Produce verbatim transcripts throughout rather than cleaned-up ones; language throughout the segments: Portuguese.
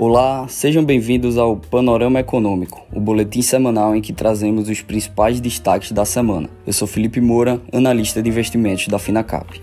Olá, sejam bem-vindos ao Panorama Econômico, o boletim semanal em que trazemos os principais destaques da semana. Eu sou Felipe Moura, analista de investimentos da Finacap.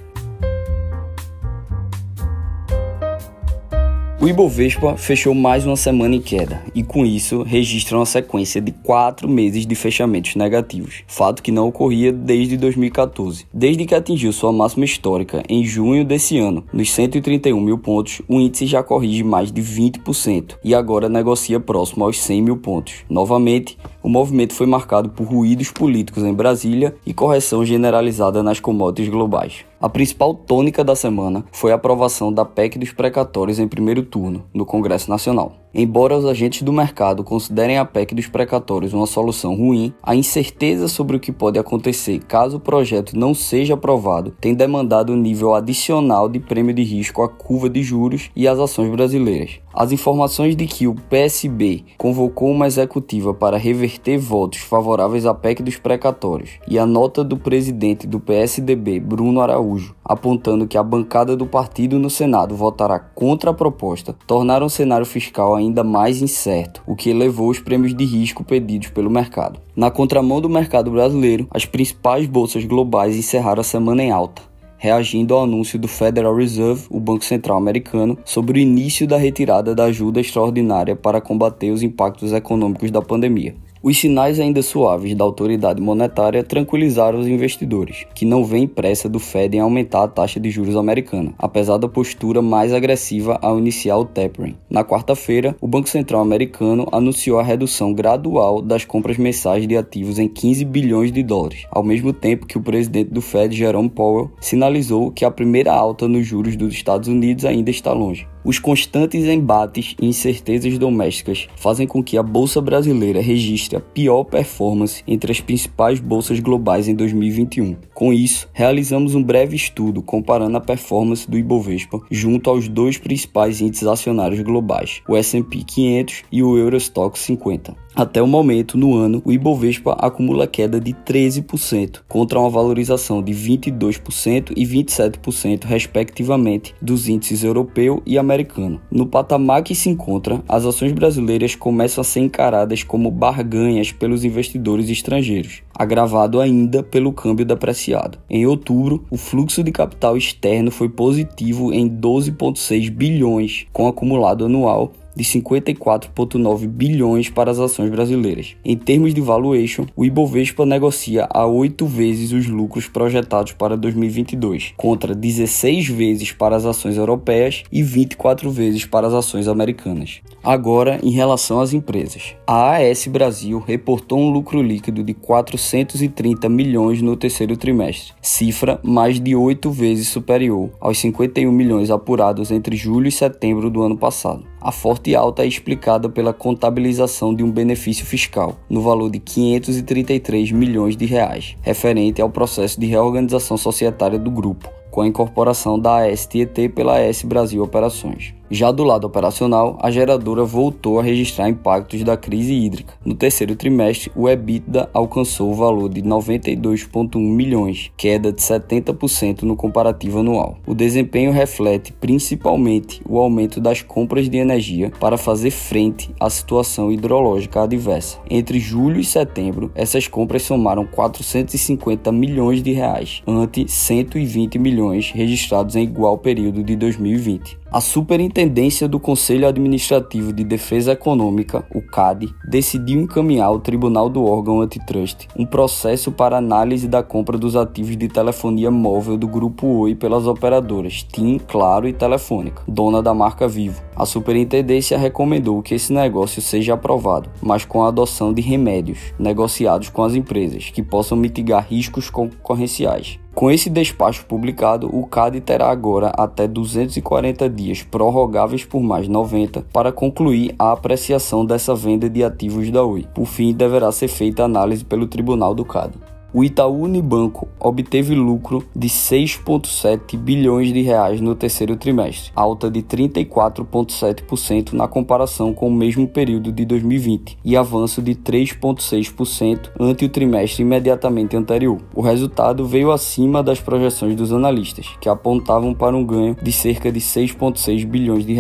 O Ibovespa fechou mais uma semana em queda e, com isso, registra uma sequência de quatro meses de fechamentos negativos, fato que não ocorria desde dois mil e quatorze. Desde que atingiu sua máxima histórica em junho desse ano, nos cento e trinta e um mil pontos, o índice já corrige mais de vinte por cento e agora negocia próximo aos cem mil pontos. Novamente, o movimento foi marcado por ruídos políticos em Brasília e correção generalizada nas commodities globais. A principal tônica da semana foi a aprovação da P E C dos precatórios em primeiro turno, no Congresso Nacional. Embora os agentes do mercado considerem a P E C dos precatórios uma solução ruim, a incerteza sobre o que pode acontecer caso o projeto não seja aprovado tem demandado um nível adicional de prêmio de risco à curva de juros e às ações brasileiras. As informações de que o P S B convocou uma executiva para reverter votos favoráveis à P E C dos precatórios e a nota do presidente do P S D B, Bruno Araújo, apontando que a bancada do partido no Senado votará contra a proposta, tornaram o cenário fiscal ainda mais incerto, o que elevou os prêmios de risco pedidos pelo mercado. Na contramão do mercado brasileiro, as principais bolsas globais encerraram a semana em alta, reagindo ao anúncio do Federal Reserve, o Banco Central americano, sobre o início da retirada da ajuda extraordinária para combater os impactos econômicos da pandemia. Os sinais ainda suaves da autoridade monetária tranquilizaram os investidores, que não veem pressa do Fed em aumentar a taxa de juros americana, apesar da postura mais agressiva ao iniciar o tapering. Na quarta-feira, o Banco Central americano anunciou a redução gradual das compras mensais de ativos em quinze bilhões de dólares, ao mesmo tempo que o presidente do Fed, Jerome Powell, sinalizou que a primeira alta nos juros dos Estados Unidos ainda está longe. Os constantes embates e incertezas domésticas fazem com que a Bolsa Brasileira registre a pior performance entre as principais bolsas globais em dois mil e vinte e um. Com isso, realizamos um breve estudo comparando a performance do Ibovespa junto aos dois principais índices acionários globais, o S and P quinhentos e o Eurostoxx cinquenta. Até o momento, no ano, o Ibovespa acumula queda de treze por cento, contra uma valorização de vinte e dois por cento e vinte e sete por cento, respectivamente, dos índices europeu e americano. No patamar que se encontra, as ações brasileiras começam a ser encaradas como barganhas pelos investidores estrangeiros, agravado ainda pelo câmbio depreciado. Em outubro, o fluxo de capital externo foi positivo em doze vírgula seis bilhões, com acumulado anual de cinquenta e quatro vírgula nove bilhões para as ações brasileiras. Em termos de valuation, o Ibovespa negocia a oito vezes os lucros projetados para dois mil e vinte e dois, contra dezesseis vezes para as ações europeias e vinte e quatro vezes para as ações americanas. Agora, em relação às empresas. A A S Brasil reportou um lucro líquido de quatrocentos e trinta milhões no terceiro trimestre, cifra mais de oito vezes superior aos cinquenta e um milhões apurados entre julho e setembro do ano passado. A forte alta é explicada pela contabilização de um benefício fiscal, no valor de quinhentos e trinta e três milhões de reais, referente ao processo de reorganização societária do grupo, com a incorporação da A S Tietê pela A S Brasil Operações. Já do lado operacional, a geradora voltou a registrar impactos da crise hídrica. No terceiro trimestre, o EBITDA alcançou o valor de noventa e dois vírgula um milhões, queda de setenta por cento no comparativo anual. O desempenho reflete principalmente o aumento das compras de energia para fazer frente à situação hidrológica adversa. Entre julho e setembro, essas compras somaram quatrocentos e cinquenta milhões de reais, ante cento e vinte milhões registrados em igual período de dois mil e vinte. A Superintendência do Conselho Administrativo de Defesa Econômica, o C A D, decidiu encaminhar ao Tribunal do órgão Antitrust um processo para análise da compra dos ativos de telefonia móvel do Grupo Oi pelas operadoras TIM, Claro e Telefônica, dona da marca Vivo. A Superintendência recomendou que esse negócio seja aprovado, mas com a adoção de remédios negociados com as empresas que possam mitigar riscos concorrenciais. Com esse despacho publicado, o C A D terá agora até duzentos e quarenta dias prorrogáveis por mais noventa para concluir a apreciação dessa venda de ativos da Oi. Por fim, deverá ser feita análise pelo Tribunal do C A D. O Itaú Unibanco obteve lucro de seis vírgula sete bilhões de reais no terceiro trimestre, alta de trinta e quatro vírgula sete por cento na comparação com o mesmo período de dois mil e vinte e avanço de três vírgula seis por cento ante o trimestre imediatamente anterior. O resultado veio acima das projeções dos analistas, que apontavam para um ganho de cerca de seis vírgula seis bilhões de reais.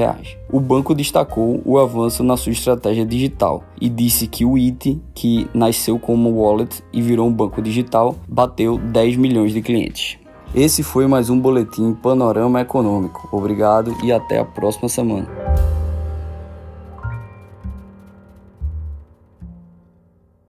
O banco destacou o avanço na sua estratégia digital e disse que o I T, que nasceu como wallet e virou um banco digital, bateu dez milhões de clientes. Esse foi mais um boletim Panorama Econômico. Obrigado e até a próxima semana.